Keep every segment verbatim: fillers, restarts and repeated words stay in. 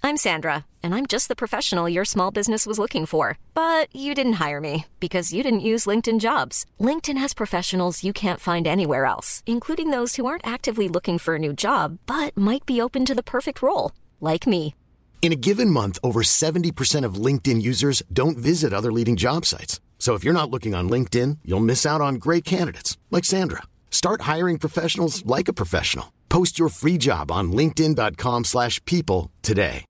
I'm Sandra, and I'm just the professional your small business was looking for. But you didn't hire me because you didn't use LinkedIn Jobs. LinkedIn has professionals you can't find anywhere else, including those who aren't actively looking for a new job, but might be open to the perfect role, like me. In a given month, over seventy percent of LinkedIn users don't visit other leading job sites. So if you're not looking on LinkedIn, you'll miss out on great candidates like Sandra. Start hiring professionals like a professional. Post your free job on linkedin dot com slash people today.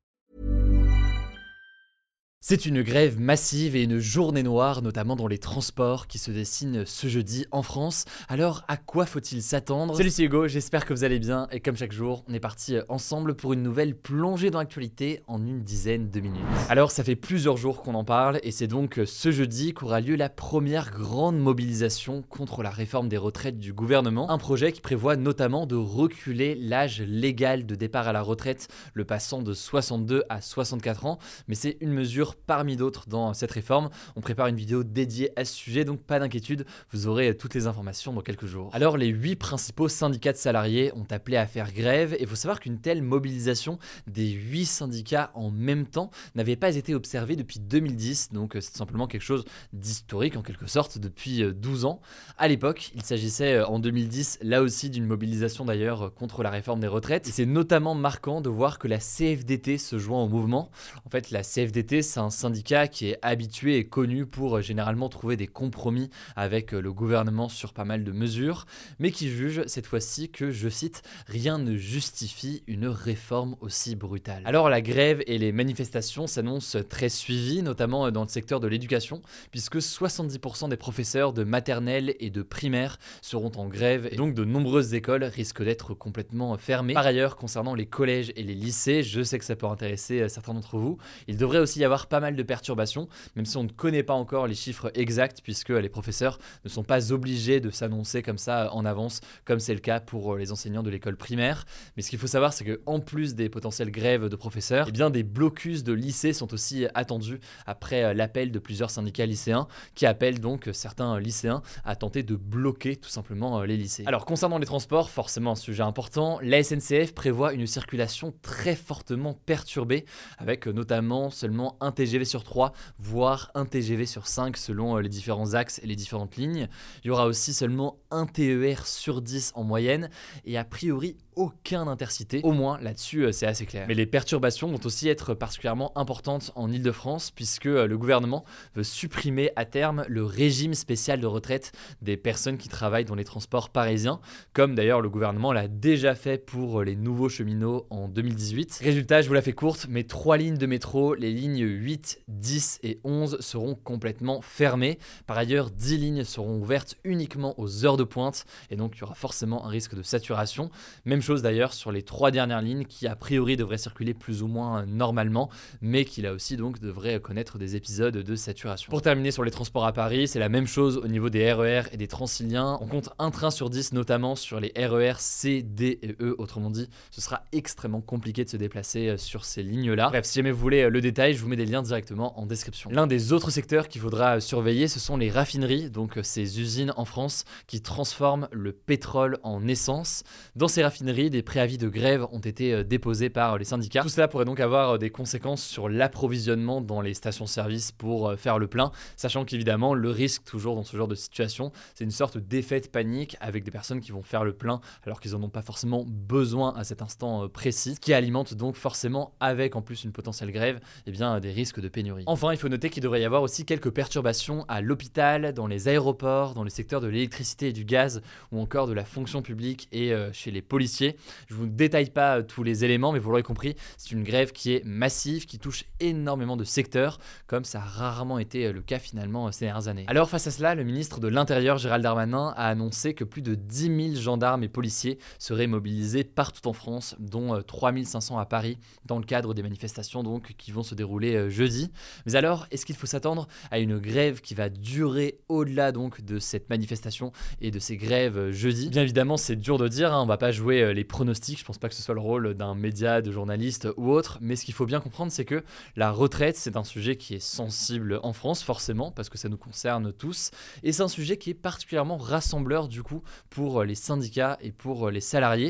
C'est une grève massive et une journée noire, notamment dans les transports, qui se dessinent ce jeudi en France. Alors, à quoi faut-il s'attendre ? Salut, c'est Hugo, j'espère que vous allez bien. Et comme chaque jour, on est parti ensemble pour une nouvelle plongée dans l'actualité en une dizaine de minutes. Alors, ça fait plusieurs jours qu'on en parle, et c'est donc ce jeudi qu'aura lieu la première grande mobilisation contre la réforme des retraites du gouvernement. Un projet qui prévoit notamment de reculer l'âge légal de départ à la retraite, le passant de soixante-deux à soixante-quatre ans. Mais c'est une mesure parmi d'autres dans cette réforme. On prépare une vidéo dédiée à ce sujet, donc pas d'inquiétude, vous aurez toutes les informations dans quelques jours. Alors, les huit principaux syndicats de salariés ont appelé à faire grève, et il faut savoir qu'une telle mobilisation des huit syndicats en même temps n'avait pas été observée depuis deux mille dix, donc c'est simplement quelque chose d'historique en quelque sorte depuis douze ans. À l'époque, il s'agissait en deux mille dix, là aussi d'une mobilisation d'ailleurs contre la réforme des retraites, et c'est notamment marquant de voir que la C F D T se joint au mouvement. En fait, la C F D T, c'est un syndicat qui est habitué et connu pour généralement trouver des compromis avec le gouvernement sur pas mal de mesures, mais qui juge cette fois-ci que, je cite, « rien ne justifie une réforme aussi brutale ». Alors la grève et les manifestations s'annoncent très suivies, notamment dans le secteur de l'éducation, puisque soixante-dix pour cent des professeurs de maternelle et de primaire seront en grève, et donc de nombreuses écoles risquent d'être complètement fermées. Par ailleurs, concernant les collèges et les lycées, je sais que ça peut intéresser certains d'entre vous, il devrait aussi y avoir pas mal de perturbations, même si on ne connaît pas encore les chiffres exacts, puisque les professeurs ne sont pas obligés de s'annoncer comme ça en avance, comme c'est le cas pour les enseignants de l'école primaire. Mais ce qu'il faut savoir, c'est qu'en plus des potentielles grèves de professeurs, eh bien des blocus de lycées sont aussi attendus après l'appel de plusieurs syndicats lycéens, qui appellent donc certains lycéens à tenter de bloquer tout simplement les lycées. Alors concernant les transports, forcément un sujet important, la S N C F prévoit une circulation très fortement perturbée, avec notamment seulement un T G V sur trois, voire un T G V sur cinq selon les différents axes et les différentes lignes. Il y aura aussi seulement un T E R sur dix en moyenne, et a priori aucun intercité. Au moins là-dessus c'est assez clair. Mais les perturbations vont aussi être particulièrement importantes en Île-de-France, puisque le gouvernement veut supprimer à terme le régime spécial de retraite des personnes qui travaillent dans les transports parisiens, comme d'ailleurs le gouvernement l'a déjà fait pour les nouveaux cheminots en deux mille dix-huit. Résultat, je vous la fais courte, mais trois lignes de métro, les lignes huit, dix et onze seront complètement fermées. Par ailleurs, dix lignes seront ouvertes uniquement aux heures de pointe, et donc il y aura forcément un risque de saturation. Même chose d'ailleurs sur les trois dernières lignes qui a priori devraient circuler plus ou moins normalement, mais qui là aussi donc devraient connaître des épisodes de saturation. Pour terminer sur les transports à Paris, c'est la même chose au niveau des R E R et des Transiliens. On compte un train sur dix notamment sur les R E R C, D et E, autrement dit, ce sera extrêmement compliqué de se déplacer sur ces lignes-là. Bref, si jamais vous voulez le détail, je vous mets des liens directement en description. L'un des autres secteurs qu'il faudra surveiller, ce sont les raffineries, donc ces usines en France qui transforment le pétrole en essence. Dans ces raffineries, des préavis de grève ont été déposés par les syndicats. Tout cela pourrait donc avoir des conséquences sur l'approvisionnement dans les stations-service pour faire le plein, sachant qu'évidemment, le risque toujours dans ce genre de situation, c'est une sorte d'effet de panique avec des personnes qui vont faire le plein alors qu'ils n'en ont pas forcément besoin à cet instant précis, ce qui alimente donc forcément, avec en plus une potentielle grève, eh bien, des risques de pénurie. Enfin, il faut noter qu'il devrait y avoir aussi quelques perturbations à l'hôpital, dans les aéroports, dans le secteur de l'électricité et du gaz, ou encore de la fonction publique et euh, chez les policiers. Je ne vous détaille pas euh, tous les éléments, mais vous l'aurez compris, c'est une grève qui est massive, qui touche énormément de secteurs, comme ça a rarement été le cas finalement ces dernières années. Alors face à cela, le ministre de l'Intérieur, Gérald Darmanin, a annoncé que plus de dix mille gendarmes et policiers seraient mobilisés partout en France, dont euh, trois mille cinq cents à Paris, dans le cadre des manifestations donc qui vont se dérouler euh, jeudi. Mais alors, est-ce qu'il faut s'attendre à une grève qui va durer au-delà donc de cette manifestation et de ces grèves euh, jeudi ? Bien évidemment, c'est dur de dire, hein, on va pas jouer euh, les pronostics, je pense pas que ce soit le rôle d'un média, de journaliste ou autre, mais ce qu'il faut bien comprendre, c'est que la retraite, c'est un sujet qui est sensible en France, forcément, parce que ça nous concerne tous, et c'est un sujet qui est particulièrement rassembleur du coup pour les syndicats et pour les salariés.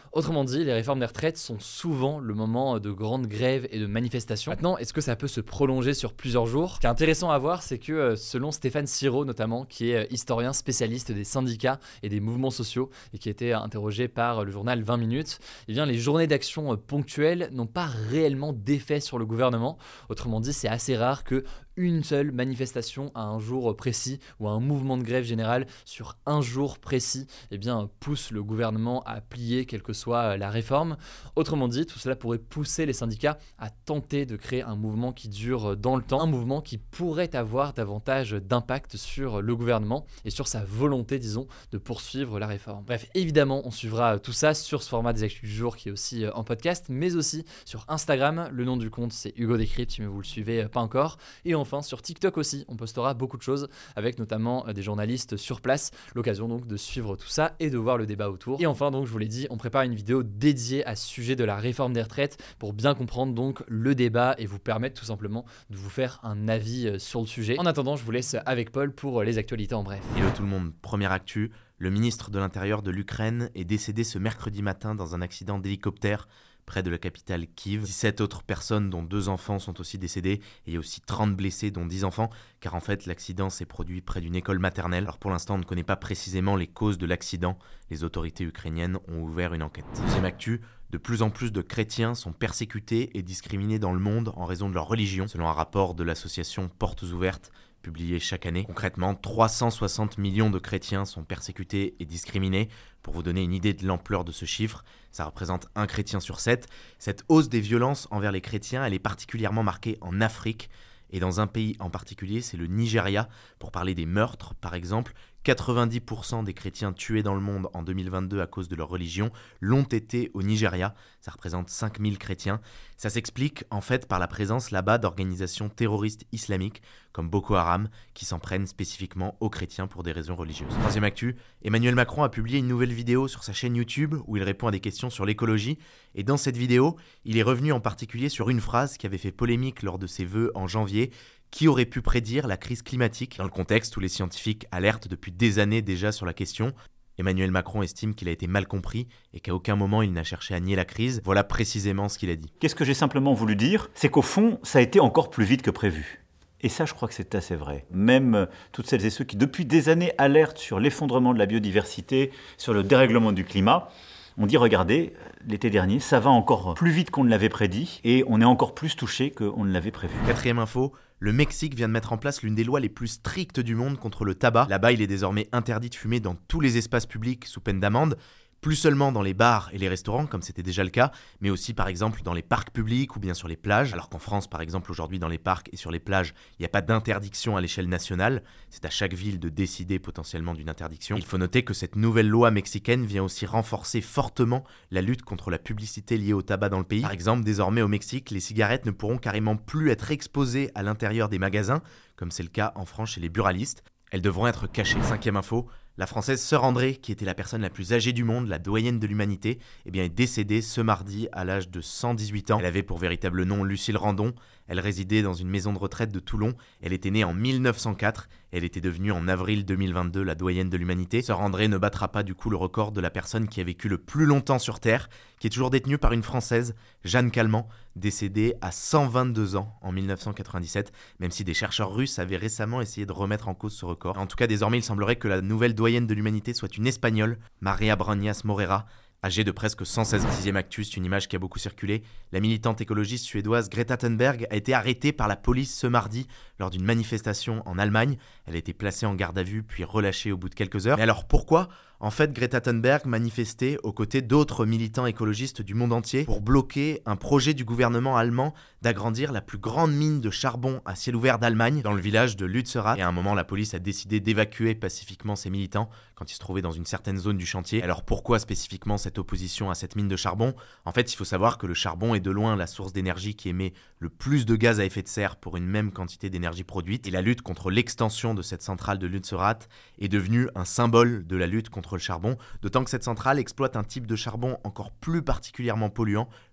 Autrement dit, les réformes des retraites sont souvent le moment de grandes grèves et de manifestations. Maintenant, est-ce que ça peut se prolonger sur plusieurs jours? Ce qui est intéressant à voir, c'est que selon Stéphane Siro notamment, qui est historien spécialiste des syndicats et des mouvements sociaux et qui a été interrogé par le journal vingt minutes, eh bien, les journées d'action ponctuelles n'ont pas réellement d'effet sur le gouvernement. Autrement dit, c'est assez rare que une seule manifestation à un jour précis ou un mouvement de grève générale sur un jour précis eh bien, pousse le gouvernement à plier quelle que soit la réforme. Autrement dit, tout cela pourrait pousser les syndicats à tenter de créer un mouvement qui dure dans le temps, un mouvement qui pourrait avoir davantage d'impact sur le gouvernement et sur sa volonté, disons, de poursuivre la réforme. Bref, évidemment, on suivra tout ça sur ce format des Actus du jour qui est aussi en podcast, mais aussi sur Instagram. Le nom du compte, c'est Hugo Décrypte, si vous le suivez pas encore. Et enfin, sur TikTok aussi, on postera beaucoup de choses avec notamment des journalistes sur place. L'occasion donc de suivre tout ça et de voir le débat autour. Et enfin, donc, je vous l'ai dit, on prépare une vidéo dédiée à ce sujet de la réforme des retraites pour bien comprendre donc le débat et vous permettre tout simplement de vous faire un avis sur le sujet. En attendant, je vous laisse avec Paul pour les actualités en bref. Hello tout le monde, première actu, le ministre de l'Intérieur de l'Ukraine est décédé ce mercredi matin dans un accident d'hélicoptère près de la capitale Kiev. dix-sept autres personnes, dont deux enfants, sont aussi décédées et il y a aussi trente blessés, dont dix enfants, car en fait l'accident s'est produit près d'une école maternelle. Alors pour l'instant, on ne connaît pas précisément les causes de l'accident. Les autorités ukrainiennes ont ouvert une enquête. Deuxième actu, de plus en plus de chrétiens sont persécutés et discriminés dans le monde en raison de leur religion, selon un rapport de l'association Portes Ouvertes, publié chaque année. Concrètement, trois cent soixante millions de chrétiens sont persécutés et discriminés. Pour vous donner une idée de l'ampleur de ce chiffre, ça représente un chrétien sur sept. Cette hausse des violences envers les chrétiens, elle est particulièrement marquée en Afrique. Et dans un pays en particulier, c'est le Nigeria. Pour parler des meurtres, par exemple, quatre-vingt-dix pour cent des chrétiens tués dans le monde en deux mille vingt-deux à cause de leur religion l'ont été au Nigeria. Ça représente cinq mille chrétiens. Ça s'explique en fait par la présence là-bas d'organisations terroristes islamiques comme Boko Haram qui s'en prennent spécifiquement aux chrétiens pour des raisons religieuses. Troisième actu, Emmanuel Macron a publié une nouvelle vidéo sur sa chaîne YouTube où il répond à des questions sur l'écologie. Et dans cette vidéo, il est revenu en particulier sur une phrase qui avait fait polémique lors de ses vœux en janvier. Qui aurait pu prédire la crise climatique? Dans le contexte où les scientifiques alertent depuis des années déjà sur la question, Emmanuel Macron estime qu'il a été mal compris et qu'à aucun moment il n'a cherché à nier la crise. Voilà précisément ce qu'il a dit. Qu'est-ce que j'ai simplement voulu dire? C'est qu'au fond, ça a été encore plus vite que prévu. Et ça, je crois que c'est assez vrai. Même toutes celles et ceux qui, depuis des années, alertent sur l'effondrement de la biodiversité, sur le dérèglement du climat, on dit, regardez, l'été dernier, ça va encore plus vite qu'on ne l'avait prédit et on est encore plus touché qu'on ne l'avait prévu. Quatrième info, le Mexique vient de mettre en place l'une des lois les plus strictes du monde contre le tabac. Là-bas, il est désormais interdit de fumer dans tous les espaces publics sous peine d'amende. Plus seulement dans les bars et les restaurants, comme c'était déjà le cas, mais aussi par exemple dans les parcs publics ou bien sur les plages. Alors qu'en France, par exemple, aujourd'hui dans les parcs et sur les plages, il n'y a pas d'interdiction à l'échelle nationale. C'est à chaque ville de décider potentiellement d'une interdiction. Il faut noter que cette nouvelle loi mexicaine vient aussi renforcer fortement la lutte contre la publicité liée au tabac dans le pays. Par exemple, désormais au Mexique, les cigarettes ne pourront carrément plus être exposées à l'intérieur des magasins, comme c'est le cas en France chez les buralistes. Elles devront être cachées. Cinquième info, la Française Sœur André, qui était la personne la plus âgée du monde, la doyenne de l'humanité, eh bien, est décédée ce mardi à l'âge de cent dix-huit ans. Elle avait pour véritable nom Lucille Randon. Elle résidait dans une maison de retraite de Toulon. Elle était née en mille neuf cent quatre. Elle était devenue en avril deux mille vingt-deux la doyenne de l'humanité. Sœur André ne battra pas du coup le record de la personne qui a vécu le plus longtemps sur Terre, qui est toujours détenue par une Française, Jeanne Calment, décédée à cent vingt-deux ans en mille neuf cent quatre-vingt-dix-sept, même si des chercheurs russes avaient récemment essayé de remettre en cause ce record. En tout cas, désormais, il semblerait que la nouvelle doyenne de l'humanité soit une Espagnole, Maria Bronias Morera, âgée de presque cent seize ans. Sixième actus, une image qui a beaucoup circulé. La militante écologiste suédoise Greta Thunberg a été arrêtée par la police ce mardi lors d'une manifestation en Allemagne. Elle a été placée en garde à vue puis relâchée au bout de quelques heures. Mais alors pourquoi ? En fait, Greta Thunberg manifestait aux côtés d'autres militants écologistes du monde entier pour bloquer un projet du gouvernement allemand d'agrandir la plus grande mine de charbon à ciel ouvert d'Allemagne, dans le village de Lützerath. Et à un moment, la police a décidé d'évacuer pacifiquement ces militants quand ils se trouvaient dans une certaine zone du chantier. Alors pourquoi spécifiquement cette opposition à cette mine de charbon ? En fait, il faut savoir que le charbon est de loin la source d'énergie qui émet le plus de gaz à effet de serre pour une même quantité d'énergie produite. Et la lutte contre l'extension de cette centrale de Lützerath est devenue un symbole de la lutte contre le charbon, d'autant que cette centrale exploite un type de charbon encore plus particulièrement polluant,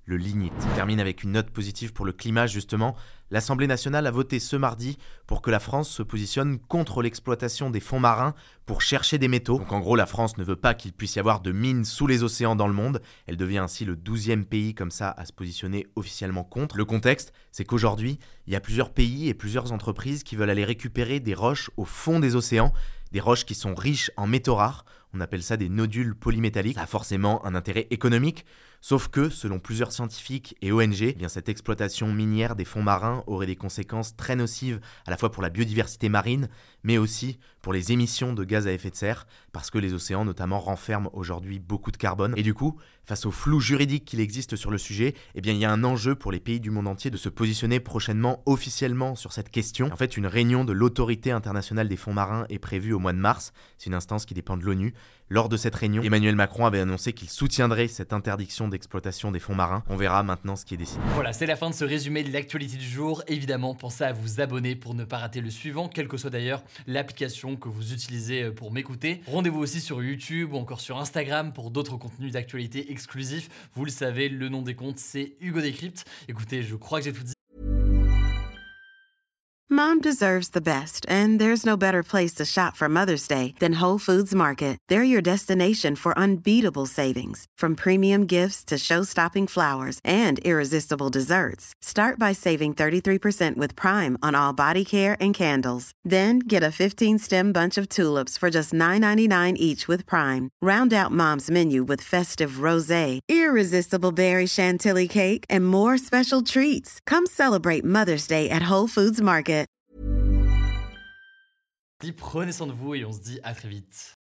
le lignite. On termine avec une note positive pour le climat justement. L'Assemblée nationale a voté ce mardi pour que la France se positionne contre l'exploitation des fonds marins pour chercher des métaux. Donc en gros, la France ne veut pas qu'il puisse y avoir de mines sous les océans dans le monde. Elle devient ainsi le douzième pays comme ça à se positionner officiellement contre. Le contexte, c'est qu'aujourd'hui, il y a plusieurs pays et plusieurs entreprises qui veulent aller récupérer des roches au fond des océans, des roches qui sont riches en métaux rares. On appelle ça des nodules polymétalliques. Ça a forcément un intérêt économique, sauf que, selon plusieurs scientifiques et O N G, eh bien cette exploitation minière des fonds marins aurait des conséquences très nocives à la fois pour la biodiversité marine, mais aussi pour les émissions de gaz à effet de serre, parce que les océans notamment renferment aujourd'hui beaucoup de carbone. Et du coup, face au flou juridique qu'il existe sur le sujet, eh bien il y a un enjeu pour les pays du monde entier de se positionner prochainement officiellement sur cette question. En fait, une réunion de l'Autorité internationale des fonds marins est prévue au mois de mars. C'est une instance qui dépend de l'ONU. Lors de cette réunion, Emmanuel Macron avait annoncé qu'il soutiendrait cette interdiction d'exploitation des fonds marins. On verra maintenant ce qui est décidé. Voilà, c'est la fin de ce résumé de l'actualité du jour. Évidemment, pensez à vous abonner pour ne pas rater le suivant, quelle que soit d'ailleurs l'application que vous utilisez pour m'écouter. Rendez-vous aussi sur YouTube ou encore sur Instagram pour d'autres contenus d'actualité exclusifs. Vous le savez, le nom des comptes, c'est Hugo Décrypte. Écoutez, je crois que j'ai tout dit. Mom deserves the best, and there's no better place to shop for Mother's Day than Whole Foods Market. They're your destination for unbeatable savings, from premium gifts to show-stopping flowers and irresistible desserts. Start by saving thirty-three percent with Prime on all body care and candles. Then get a fifteen-stem bunch of tulips for just nine ninety-nine each with Prime. Round out Mom's menu with festive rosé, irresistible berry chantilly cake, and more special treats. Come celebrate Mother's Day at Whole Foods Market. Prenez soin de vous et on se dit à très vite.